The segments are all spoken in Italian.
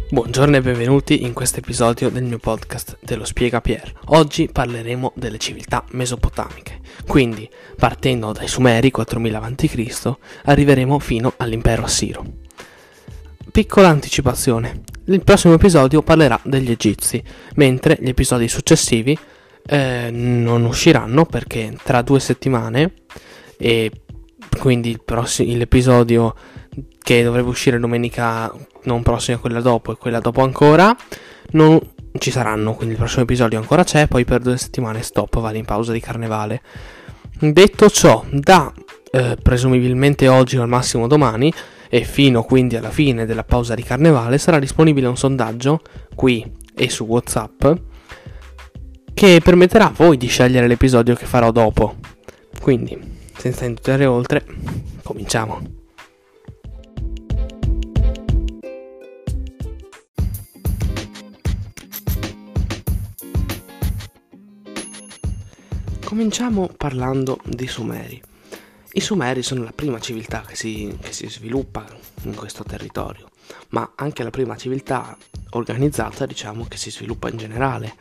Buongiorno e benvenuti in questo episodio del mio podcast dello Spiega Pier. Oggi parleremo delle civiltà mesopotamiche, quindi partendo dai Sumeri 4000 a.C. arriveremo fino all'impero assiro. Piccola anticipazione, il prossimo episodio parlerà degli Egizi, mentre gli episodi successivi non usciranno perché tra 2 settimane, e quindi l'episodio che dovrebbe uscire domenica non prossima, quella dopo e quella dopo ancora, non ci saranno, quindi il prossimo episodio ancora c'è, poi per 2 settimane stop, vale in pausa di carnevale. Detto ciò, da presumibilmente oggi o al massimo domani e fino quindi alla fine della pausa di carnevale sarà disponibile un sondaggio qui e su WhatsApp che permetterà a voi di scegliere l'episodio che farò dopo. Quindi, senza indugare oltre, cominciamo. Cominciamo parlando dei Sumeri. I Sumeri sono la prima civiltà che si sviluppa in questo territorio, ma anche la prima civiltà organizzata, diciamo, che si sviluppa in generale.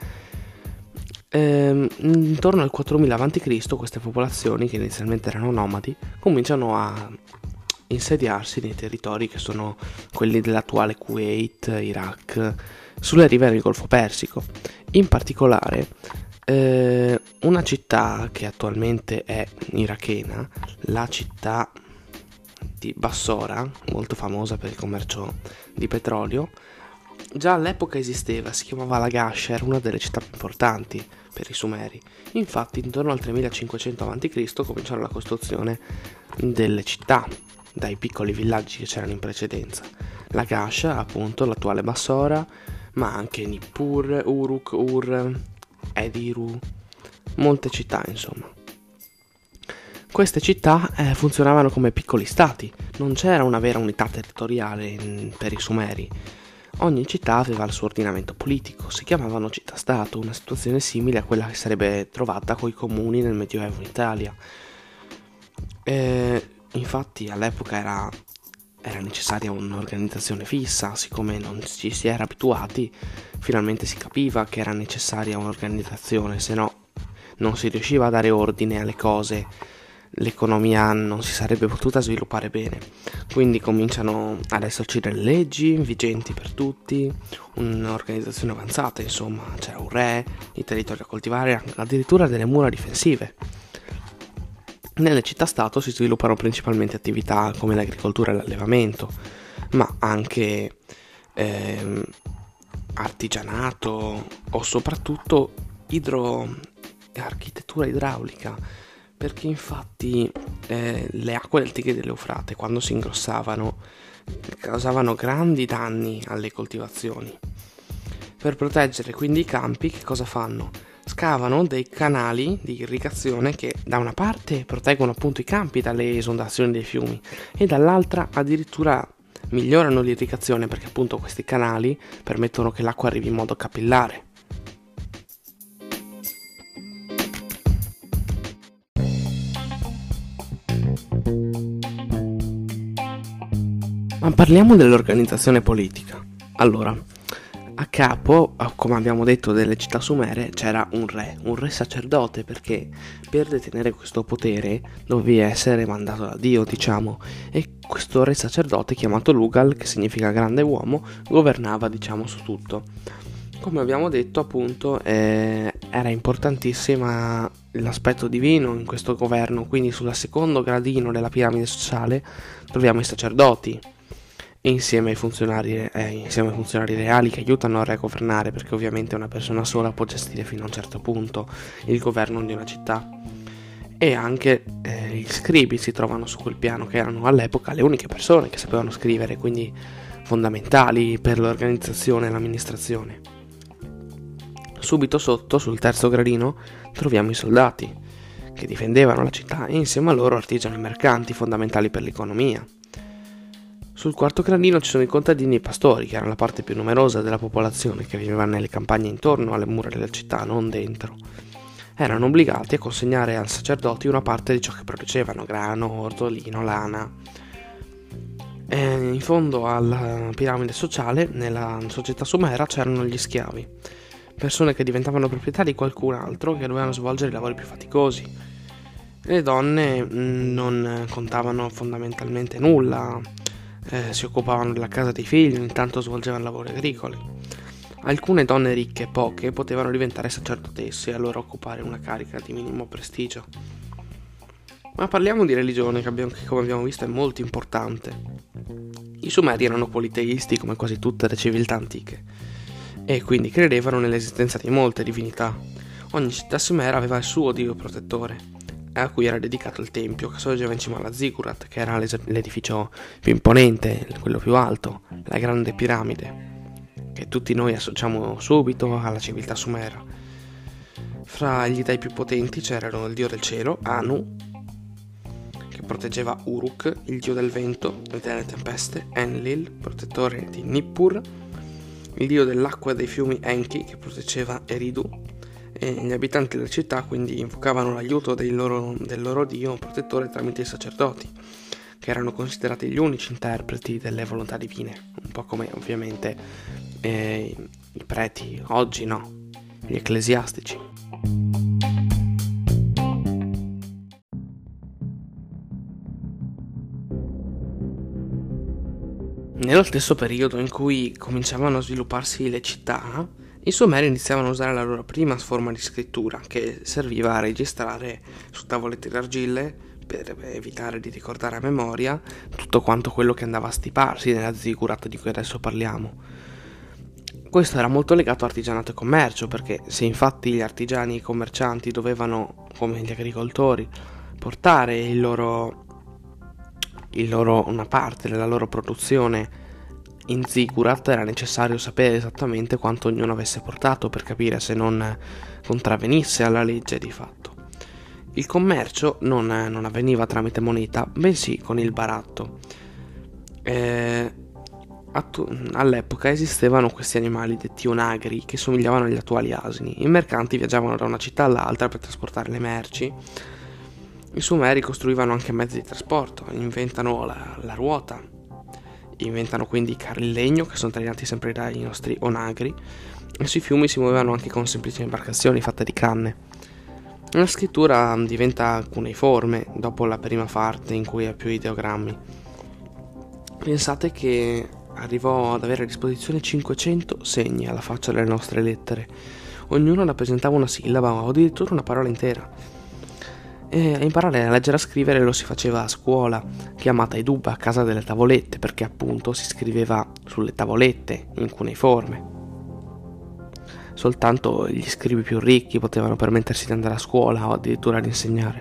Intorno al 4000 a.C. queste popolazioni, che inizialmente erano nomadi, cominciano a insediarsi nei territori che sono quelli dell'attuale Kuwait, Iraq, sulle rive del Golfo Persico. In particolare una città che attualmente è irachena, la città di Bassora, molto famosa per il commercio di petrolio, già all'epoca esisteva, si chiamava Lagash, era una delle città più importanti per i Sumeri. Infatti intorno al 3500 a.C. cominciò la costruzione delle città dai piccoli villaggi che c'erano in precedenza. Lagash, appunto, l'attuale Bassora, ma anche Nippur, Uruk, Ur, Ediru, molte città insomma. Queste città funzionavano come piccoli stati, non c'era una vera unità territoriale per i Sumeri. Ogni città aveva il suo ordinamento politico, si chiamavano città-stato, una situazione simile a quella che sarebbe trovata coi comuni nel Medioevo in Italia. Infatti all'epoca era necessaria un'organizzazione fissa, siccome non ci si era abituati, finalmente si capiva che era necessaria un'organizzazione, se no non si riusciva a dare ordine alle cose, l'economia non si sarebbe potuta sviluppare bene. Quindi cominciano ad esserci delle leggi vigenti per tutti, un'organizzazione avanzata, insomma, c'era un re, i territori da coltivare, addirittura delle mura difensive. Nelle città-stato si sviluppano principalmente attività come l'agricoltura e l'allevamento, ma anche artigianato o soprattutto architettura idraulica, perché infatti le acque del Tigri e dell'Eufrate, quando si ingrossavano, causavano grandi danni alle coltivazioni. Per proteggere quindi i campi, che cosa fanno? Scavano dei canali di irrigazione che da una parte proteggono appunto i campi dalle esondazioni dei fiumi e dall'altra addirittura migliorano l'irrigazione, perché appunto questi canali permettono che l'acqua arrivi in modo capillare. Ma parliamo dell'organizzazione politica. Allora, a capo, come abbiamo detto, delle città sumere c'era un re sacerdote, perché per detenere questo potere dovevi essere mandato da Dio, diciamo, e questo re sacerdote, chiamato Lugal, che significa grande uomo, governava, diciamo, su tutto. Come abbiamo detto, appunto, era importantissima l'aspetto divino in questo governo, quindi sul secondo gradino della piramide sociale troviamo i sacerdoti, insieme ai funzionari reali che aiutano il re a governare, perché ovviamente una persona sola può gestire fino a un certo punto il governo di una città. E anche gli scribi si trovano su quel piano, che erano all'epoca le uniche persone che sapevano scrivere, quindi fondamentali per l'organizzazione e l'amministrazione. Subito sotto, sul terzo gradino, troviamo i soldati, che difendevano la città, e insieme a loro artigiani e mercanti fondamentali per l'economia. Sul quarto gradino ci sono i contadini e i pastori, che erano la parte più numerosa della popolazione, che viveva nelle campagne intorno alle mura della città, non dentro. Erano obbligati a consegnare ai sacerdoti una parte di ciò che producevano: grano, ortolino, lana. In fondo alla piramide sociale, nella società sumera, c'erano gli schiavi, persone che diventavano proprietari di qualcun altro che dovevano svolgere i lavori più faticosi. Le donne non contavano fondamentalmente nulla, si occupavano della casa dei figli, intanto svolgevano lavori agricoli. Alcune donne ricche, poche, potevano diventare sacerdotesse e allora occupare una carica di minimo prestigio. Ma parliamo di religione, che come abbiamo visto è molto importante. I Sumeri erano politeisti come quasi tutte le civiltà antiche e quindi credevano nell'esistenza di molte divinità. Ogni città sumera aveva il suo dio protettore, a cui era dedicato il tempio che sorgeva in cima alla Ziggurat, che era l'edificio più imponente, quello più alto, la grande piramide, che tutti noi associamo subito alla civiltà sumera. Fra gli dei più potenti c'erano il dio del cielo, Anu, che proteggeva Uruk, il dio del vento e delle tempeste, Enlil, protettore di Nippur, il dio dell'acqua e dei fiumi, Enki, che proteggeva Eridu, e gli abitanti della città quindi invocavano l'aiuto del loro dio protettore tramite i sacerdoti, che erano considerati gli unici interpreti delle volontà divine, un po' come ovviamente i preti oggi, no? Gli ecclesiastici. Nello stesso periodo in cui cominciavano a svilupparsi le città, i Sumeri iniziavano a usare la loro prima forma di scrittura, che serviva a registrare su tavolette d'argille per evitare di ricordare a memoria tutto quanto quello che andava a stiparsi nella Ziggurat di cui adesso parliamo. Questo era molto legato a artigianato e commercio, perché se infatti gli artigiani e i commercianti dovevano, come gli agricoltori, portare una parte della loro produzione in Ziggurat, era necessario sapere esattamente quanto ognuno avesse portato per capire se non contravvenisse alla legge di fatto. Il commercio non avveniva tramite moneta, bensì con il baratto. All'epoca esistevano questi animali detti onagri che somigliavano agli attuali asini. I mercanti viaggiavano da una città all'altra per trasportare le merci. I Sumeri costruivano anche mezzi di trasporto, inventano la ruota, inventano quindi i carri in legno che sono trainati sempre dai nostri onagri, e sui fiumi si muovevano anche con semplici imbarcazioni fatte di canne. La scrittura diventa cuneiforme dopo la prima parte in cui ha più ideogrammi. Pensate che arrivò ad avere a disposizione 500 segni alla faccia delle nostre lettere, ognuno rappresentava una sillaba o addirittura una parola intera. E imparare a leggere e a scrivere lo si faceva a scuola, chiamata Eduba, casa delle tavolette, perché appunto si scriveva sulle tavolette in cuneiforme. Soltanto gli scribi più ricchi potevano permettersi di andare a scuola o addirittura di insegnare.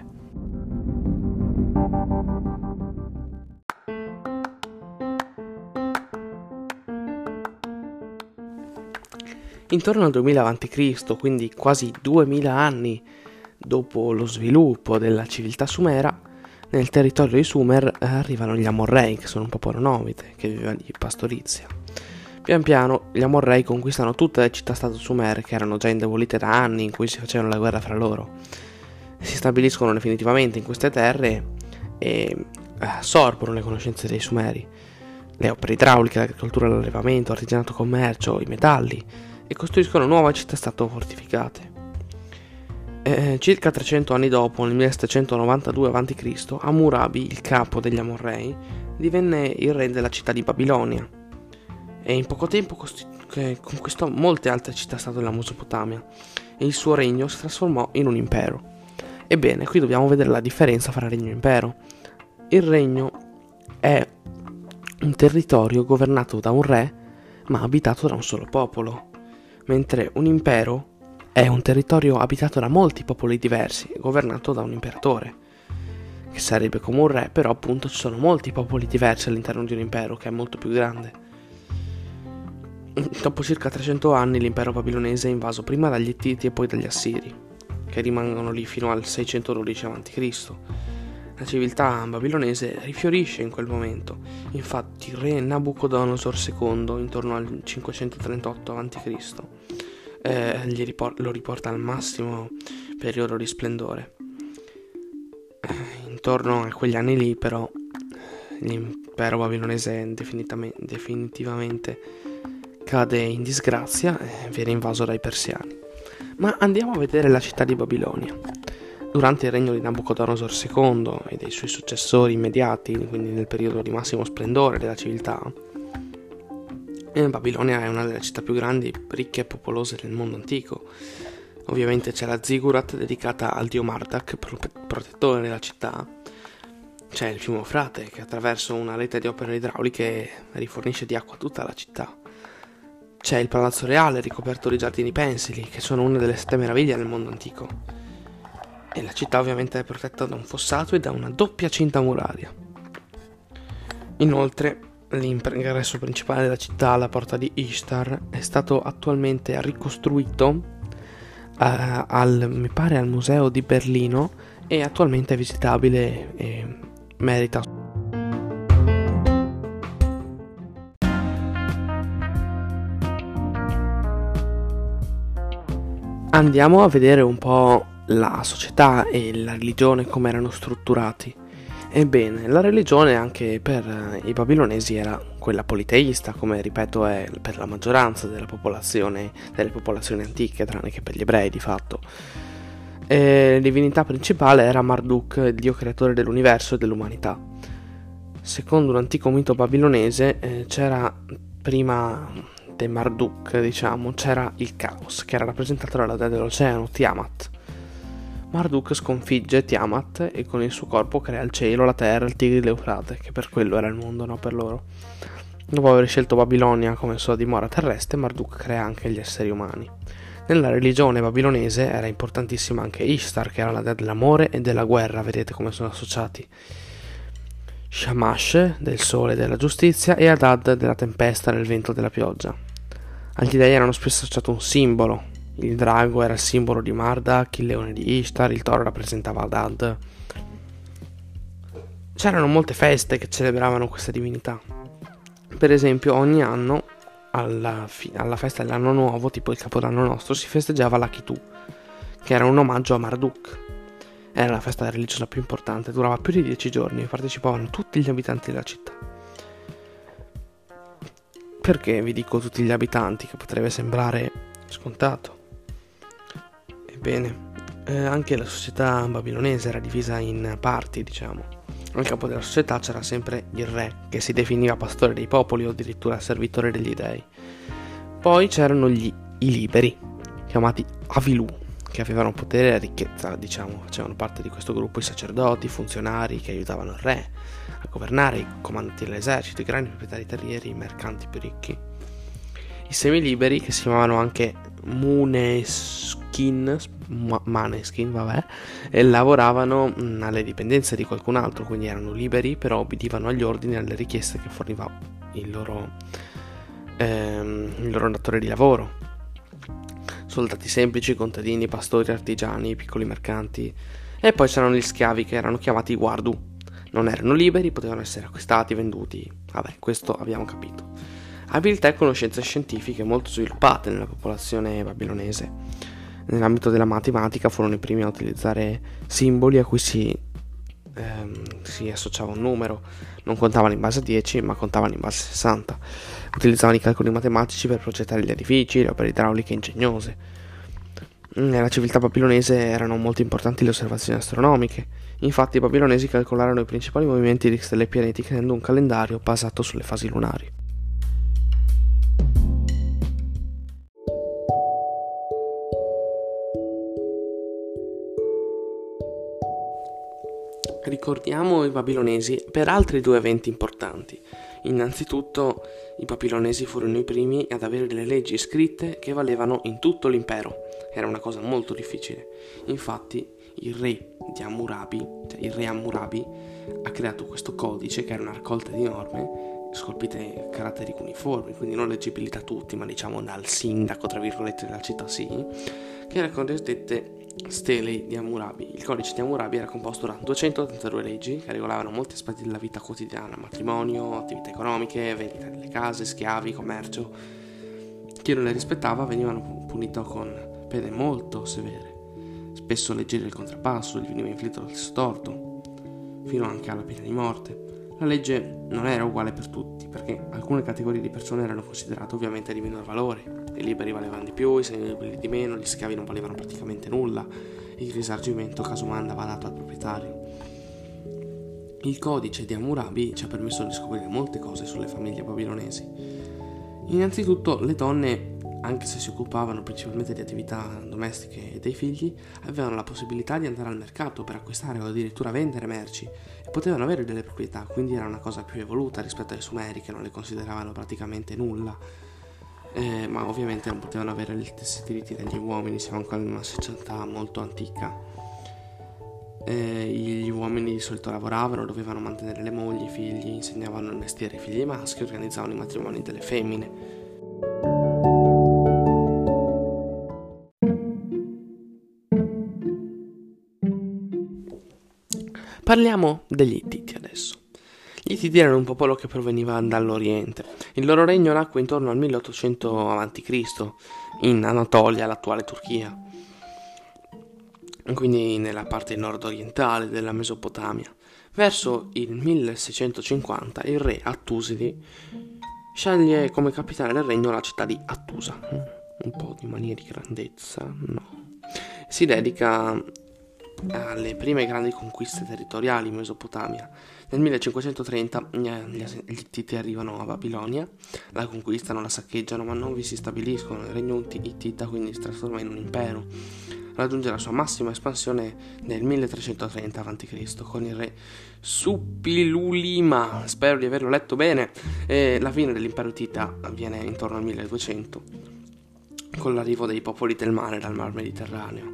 Intorno al 2000 a.C., quindi quasi 2000 anni dopo lo sviluppo della civiltà sumera, nel territorio dei Sumer arrivano gli Amorrei, che sono un popolo nomade che viveva di pastorizia. Pian piano gli Amorrei conquistano tutte le città-stato sumere, che erano già indebolite da anni in cui si facevano la guerra fra loro. Si stabiliscono definitivamente in queste terre e assorbono le conoscenze dei Sumeri, le opere idrauliche, l'agricoltura, l'allevamento, l'artigianato, commercio, i metalli, e costruiscono nuove città-stato fortificate. Circa 300 anni dopo, nel 1792 a.C., Hammurabi, il capo degli Amorrei, divenne il re della città di Babilonia e in poco tempo conquistò molte altre città-stato della Mesopotamia e il suo regno si trasformò in un impero. Ebbene, qui dobbiamo vedere la differenza fra regno e impero. Il regno è un territorio governato da un re ma abitato da un solo popolo, mentre un impero è un territorio abitato da molti popoli diversi, governato da un imperatore, che sarebbe come un re, però appunto ci sono molti popoli diversi all'interno di un impero che è molto più grande. Dopo circa 300 anni l'impero babilonese è invaso prima dagli Ittiti e poi dagli Assiri, che rimangono lì fino al 612 a.C. La civiltà babilonese rifiorisce in quel momento, infatti il re Nabucodonosor II, intorno al 538 a.C., lo riporta al massimo periodo di splendore. Intorno a quegli anni lì però l'impero babilonese definitivamente cade in disgrazia e viene invaso dai persiani. Ma andiamo a vedere la città di Babilonia. Durante il regno di Nabucodonosor II e dei suoi successori immediati, quindi nel periodo di massimo splendore della civiltà, Babilonia è una delle città più grandi, ricche e popolose del mondo antico. Ovviamente c'è la Ziggurat dedicata al dio Marduk, protettore della città. C'è il fiume Eufrate che attraverso una rete di opere idrauliche rifornisce di acqua tutta la città. C'è il Palazzo Reale ricoperto di giardini pensili, che sono una delle 7 meraviglie del mondo antico. E la città ovviamente è protetta da un fossato e da una doppia cinta muraria. Inoltre, l'ingresso principale della città, la porta di Ishtar, è stato attualmente ricostruito mi pare al museo di Berlino, e attualmente è visitabile e merita. Andiamo a vedere un po' la società e la religione come erano strutturati. Ebbene, la religione anche per i babilonesi era quella politeista, come ripeto è per la maggioranza delle popolazioni antiche, tranne che per gli ebrei di fatto. La divinità principale era Marduk, il dio creatore dell'universo e dell'umanità. Secondo un antico mito babilonese c'era prima di Marduk, c'era il caos, che era rappresentato dalla dea dell'oceano, Tiamat. Marduk sconfigge Tiamat e con il suo corpo crea il cielo, la terra, il Tigri e l'Eufrate, che per quello era il mondo, no per loro. Dopo aver scelto Babilonia come sua dimora terrestre, Marduk crea anche gli esseri umani. Nella religione babilonese era importantissima anche Ishtar, che era la dea dell'amore e della guerra, vedete come sono associati. Shamash, del sole e della giustizia, e Adad, della tempesta, del vento e della pioggia. Agli dei erano spesso associato un simbolo. Il drago era il simbolo di Marduk, il leone di Ishtar, il toro rappresentava Adad. C'erano molte feste che celebravano questa divinità. Per esempio, ogni anno, alla festa dell'anno nuovo, tipo il capodanno nostro, si festeggiava l'Akitu, che era un omaggio a Marduk. Era la festa religiosa più importante, durava più di 10 giorni e partecipavano tutti gli abitanti della città. Perché vi dico tutti gli abitanti, che potrebbe sembrare scontato? Ebbene, anche la società babilonese era divisa in parti, Al capo della società c'era sempre il re, che si definiva pastore dei popoli o addirittura servitore degli dei. Poi c'erano i liberi, chiamati Avilu, che avevano potere e ricchezza, facevano parte di questo gruppo i sacerdoti, i funzionari che aiutavano il re a governare, i comandanti dell'esercito, i grandi proprietari terrieri, i mercanti più ricchi. I semiliberi, che si chiamavano anche Maneskin, e lavoravano alle dipendenze di qualcun altro, quindi erano liberi, però obbedivano agli ordini e alle richieste che forniva il loro datore di lavoro. Soldati semplici, contadini, pastori, artigiani, piccoli mercanti. E poi c'erano gli schiavi, che erano chiamati Wardu. Non erano liberi, potevano essere acquistati, venduti. Questo abbiamo capito. Abilità e conoscenze scientifiche molto sviluppate nella popolazione babilonese. Nell'ambito della matematica furono i primi a utilizzare simboli a cui si associava un numero. Non contavano in base a 10, ma contavano in base a 60. Utilizzavano i calcoli matematici per progettare gli edifici, le opere idrauliche ingegnose. Nella civiltà babilonese erano molto importanti le osservazioni astronomiche. Infatti i babilonesi calcolarono i principali movimenti di stelle e pianeti creando un calendario basato sulle fasi lunari. Ricordiamo i babilonesi per altri 2 eventi importanti. Innanzitutto, i babilonesi furono i primi ad avere delle leggi scritte che valevano in tutto l'impero. Era una cosa molto difficile. Infatti, il re Hammurabi, ha creato questo codice, che era una raccolta di norme scolpite a caratteri cuneiformi, quindi non leggibili da tutti, ma dal sindaco, tra virgolette, della città, che erano cosiddette stele di Hammurabi. Il codice di Hammurabi era composto da 282 leggi che regolavano molti aspetti della vita quotidiana: matrimonio, attività economiche, vendita delle case, schiavi, commercio. Chi non le rispettava veniva punito con pene molto severe. Spesso leggi del contrappasso gli veniva inflitto lo stesso torto, fino anche alla pena di morte. La legge non era uguale per tutti, perché alcune categorie di persone erano considerate ovviamente di minor valore. I liberi valevano di più, i semiliberi di meno, gli schiavi non valevano praticamente nulla, il risarcimento casomai andava dato al proprietario. Il codice di Hammurabi ci ha permesso di scoprire molte cose sulle famiglie babilonesi. Innanzitutto le donne, anche se si occupavano principalmente di attività domestiche e dei figli, avevano la possibilità di andare al mercato per acquistare o addirittura vendere merci e potevano avere delle proprietà, quindi era una cosa più evoluta rispetto ai Sumeri che non le consideravano praticamente nulla, ma ovviamente non potevano avere gli stessi diritti degli uomini, siamo ancora in una società molto antica. Gli uomini di solito lavoravano, dovevano mantenere le mogli, i figli, insegnavano il mestiere ai figli maschi, organizzavano i matrimoni delle femmine. Parliamo degli Ittiti adesso. Gli Ittiti erano un popolo che proveniva dall'Oriente. Il loro regno nacque intorno al 1800 a.C. in Anatolia, l'attuale Turchia, quindi nella parte nord-orientale della Mesopotamia. Verso il 1650 il re Hattusili sceglie come capitale del regno la città di Hattusa. Un po' di mania di grandezza, no. Si dedica alle prime grandi conquiste territoriali in Mesopotamia. Nel 1530 gli Ittiti arrivano a Babilonia, la conquistano, la saccheggiano, ma non vi si stabiliscono. Il regno Ittita quindi si trasforma in un impero. Raggiunge la sua massima espansione nel 1330 a.C. con il re Suppiluliuma, spero di averlo letto bene, e la fine dell'impero Ittita avviene intorno al 1200 con l'arrivo dei popoli del mare dal Mar Mediterraneo.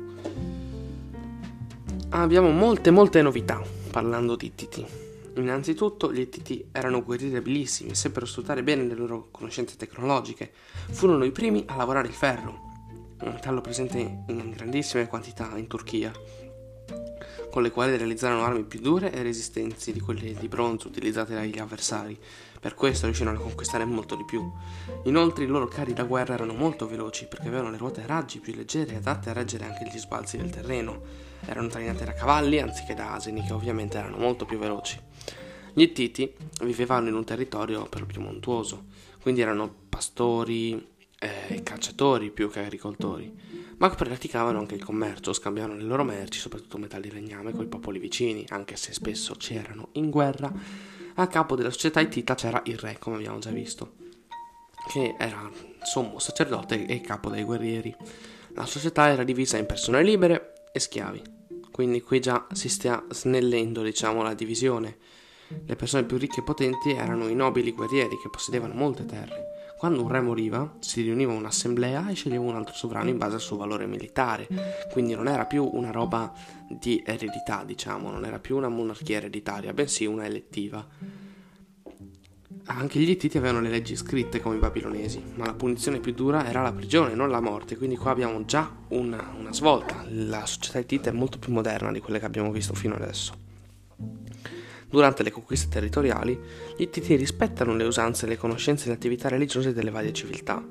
Abbiamo molte novità parlando di Ittiti. Innanzitutto gli Ittiti erano guerrieri abilissimi e seppero sfruttare bene le loro conoscenze tecnologiche. Furono i primi a lavorare il ferro, un metallo presente in grandissime quantità in Turchia, con le quali realizzarono armi più dure e resistenti di quelle di bronzo utilizzate dagli avversari. Per questo riuscirono a conquistare molto di più. Inoltre i loro carri da guerra erano molto veloci perché avevano le ruote a raggi più leggere e adatte a reggere anche gli sbalzi del terreno. Erano trainati da cavalli anziché da asini, che ovviamente erano molto più veloci. Gli Ittiti vivevano in un territorio per lo più montuoso, quindi erano pastori e cacciatori più che agricoltori, ma praticavano anche il commercio, scambiavano le loro merci, soprattutto metalli e legname, con i popoli vicini, anche se spesso c'erano in guerra. A capo della società ittita c'era il re, come abbiamo già visto, che era sommo sacerdote e capo dei guerrieri. La società era divisa in persone libere e schiavi, quindi qui già si sta snellendo, la divisione. Le persone più ricche e potenti erano i nobili guerrieri che possedevano molte terre. Quando un re moriva, si riuniva un'assemblea e sceglieva un altro sovrano in base al suo valore militare, quindi non era più una roba di eredità, non era più una monarchia ereditaria, bensì una elettiva. Anche gli Ittiti avevano le leggi scritte come i babilonesi, ma la punizione più dura era la prigione, non la morte, quindi qua abbiamo già una svolta. La società ittita è molto più moderna di quelle che abbiamo visto fino adesso. Durante le conquiste territoriali, gli Ittiti rispettano le usanze e le conoscenze e le attività religiose delle varie civiltà.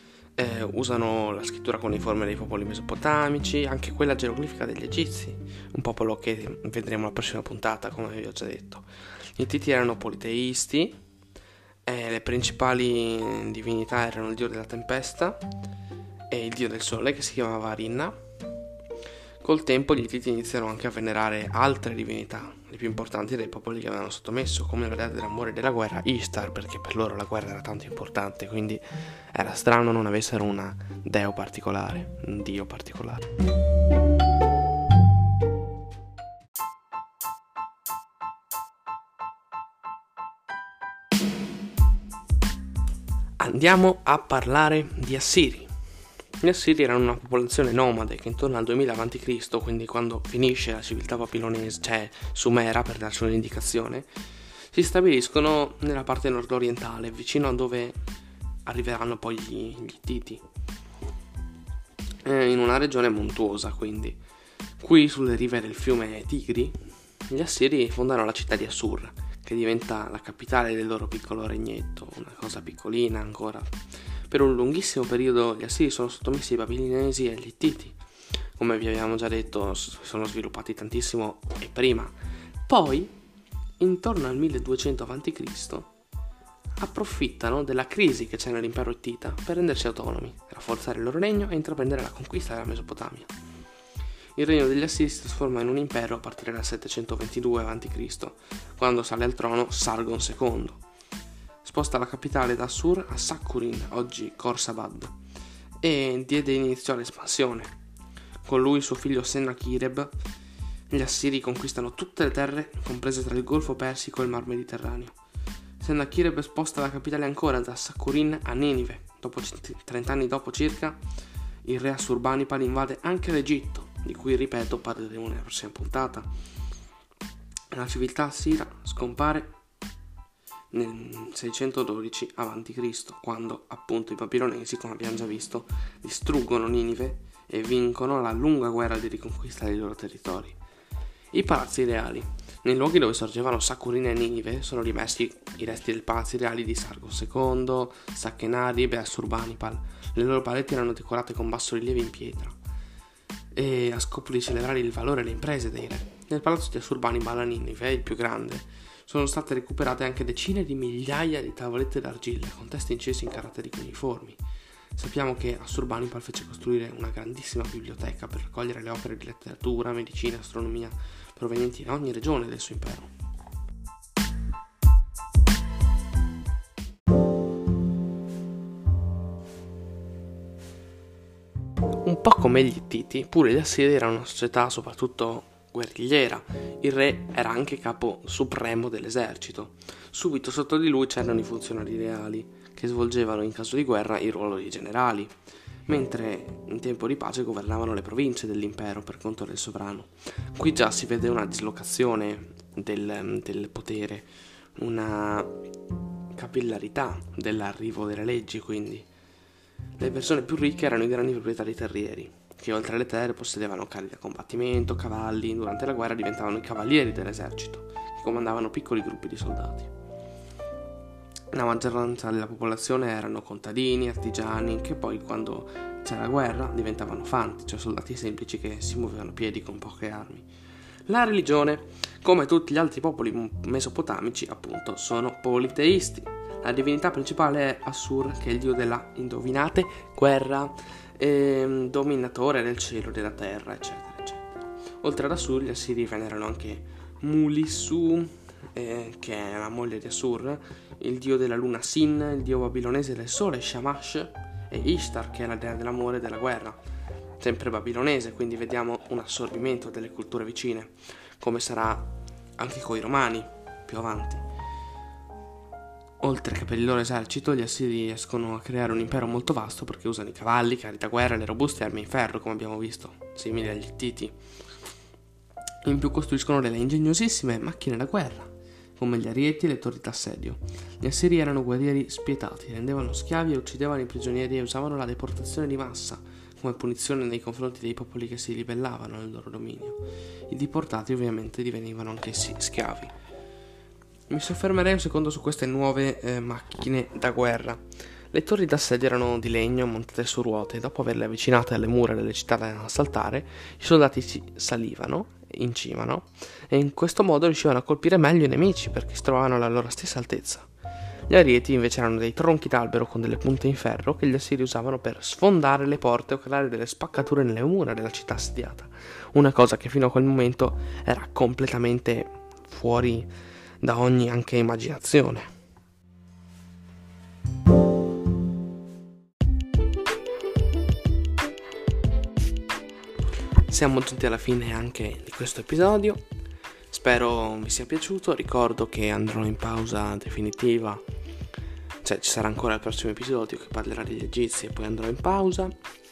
Usano la scrittura cuneiforme dei popoli mesopotamici, anche quella geroglifica degli egizi, un popolo che vedremo alla prossima puntata, come vi ho già detto. Gli Ittiti erano politeisti, le principali divinità erano il dio della tempesta e il dio del sole, che si chiamava Arinna. Col tempo gli Ittiti iniziarono anche a venerare altre divinità, le più importanti dei popoli che avevano sottomesso, come la dea dell'amore e della guerra, Ishtar, perché per loro la guerra era tanto importante, quindi era strano non avessero una deo particolare, un dio particolare. Andiamo a parlare di Assiri. Gli Assiri erano una popolazione nomade che intorno al 2000 a.C., quindi quando finisce la civiltà babilonese, cioè Sumera per darci un'indicazione, si stabiliscono nella parte nord-orientale, vicino a dove arriveranno poi gli Ittiti, in una regione montuosa. Quindi qui sulle rive del fiume Tigri gli Assiri fondarono la città di Assur, che diventa la capitale del loro piccolo regnetto, una cosa piccolina ancora. Per un lunghissimo periodo gli Assiri sono sottomessi ai babilonesi e agli Ittiti. Come vi abbiamo già detto, sono sviluppati tantissimo e prima. Poi, intorno al 1200 a.C. approfittano della crisi che c'è nell'impero ittita per rendersi autonomi, rafforzare il loro regno e intraprendere la conquista della Mesopotamia. Il regno degli Assiri si trasforma in un impero a partire dal 722 a.C., quando sale al trono Sargon II. Sposta la capitale da Assur a Sakkurin, oggi Khorsabad, e diede inizio all'espansione. Con lui suo figlio Sennachirib, gli Assiri conquistano tutte le terre comprese tra il Golfo Persico e il Mar Mediterraneo. Sennachirib sposta la capitale ancora da Sakkurin a Ninive. Dopo 30 anni dopo circa, il re Assurbanipal invade anche l'Egitto, di cui, ripeto, parleremo nella prossima puntata. La civiltà assira scompare nel 612 a.C., quando appunto i babilonesi, come abbiamo già visto, distruggono Ninive e vincono la lunga guerra di riconquista dei loro territori. I palazzi reali. Nei luoghi dove sorgevano Sakkurin e Ninive sono rimessi i resti dei palazzi reali di Sargon II, Sakhenarib e Assurbanipal. Le loro pareti erano decorate con bassorilievi in pietra e a scopo di celebrare il valore e le imprese dei re. Nel palazzo di Assurbanipal a Ninive, il più grande, sono state recuperate anche decine di migliaia di tavolette d'argilla con testi incisi in caratteri cuneiformi. Sappiamo che Assurbanipal fece costruire una grandissima biblioteca per raccogliere le opere di letteratura, medicina e astronomia provenienti da ogni regione del suo impero. Un po' come gli Ittiti, pure gli Assiri erano una società soprattutto guerrigliera. Il re era anche capo supremo dell'esercito. Subito sotto di lui c'erano i funzionari reali, che svolgevano in caso di guerra il ruolo di generali, mentre in tempo di pace governavano le province dell'impero per conto del sovrano. Qui già si vede una dislocazione del potere, una capillarità dell'arrivo delle leggi, quindi. Le persone più ricche erano i grandi proprietari terrieri, che oltre alle terre possedevano carri da combattimento, cavalli. Durante la guerra diventavano i cavalieri dell'esercito, che comandavano piccoli gruppi di soldati. La maggioranza della popolazione erano contadini, artigiani, che poi quando c'era guerra diventavano fanti, cioè soldati semplici che si muovevano a piedi con poche armi. La religione, come tutti gli altri popoli mesopotamici, appunto, sono politeisti. La divinità principale è Assur, che è il dio della, indovinate, guerra, dominatore del cielo e della terra, eccetera, eccetera. Oltre ad Assur, gli Assiri venerano anche Mulissu, che è la moglie di Assur, il dio della luna Sin, il dio babilonese del sole Shamash, e Ishtar, che è la dea dell'amore e della guerra, sempre babilonese, quindi vediamo un assorbimento delle culture vicine, come sarà anche con i romani più avanti. Oltre che per il loro esercito, gli Assiri riescono a creare un impero molto vasto perché usano i cavalli, carri da guerra, le robuste armi in ferro, come abbiamo visto, simili agli Ittiti. In più costruiscono delle ingegnosissime macchine da guerra, come gli arieti e le torri d'assedio. Gli Assiri erano guerrieri spietati, rendevano schiavi e uccidevano i prigionieri e usavano la deportazione di massa come punizione nei confronti dei popoli che si ribellavano al loro dominio. I deportati ovviamente divenivano anch'essi schiavi. Mi soffermerei un secondo su queste nuove macchine da guerra. Le torri d'assedio erano di legno montate su ruote e dopo averle avvicinate alle mura delle città da assaltare, i soldati si salivano in cima, no? E in questo modo riuscivano a colpire meglio i nemici perché si trovavano alla loro stessa altezza. Gli arieti invece erano dei tronchi d'albero con delle punte in ferro che gli Assiri usavano per sfondare le porte o creare delle spaccature nelle mura della città assediata, una cosa che fino a quel momento era completamente fuori da ogni anche immaginazione. Siamo giunti alla fine anche di questo episodio, spero vi sia piaciuto. Ricordo che andrò in pausa definitiva, cioè ci sarà ancora il prossimo episodio che parlerà degli egizi e poi andrò in pausa.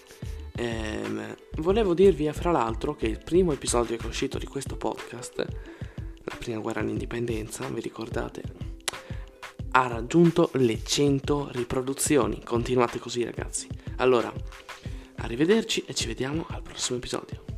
Volevo dirvi fra l'altro che il primo episodio che è uscito di questo podcast, la prima guerra all'indipendenza, vi ricordate, ha raggiunto le 100 riproduzioni. Continuate così, ragazzi. Allora, arrivederci e ci vediamo al prossimo episodio.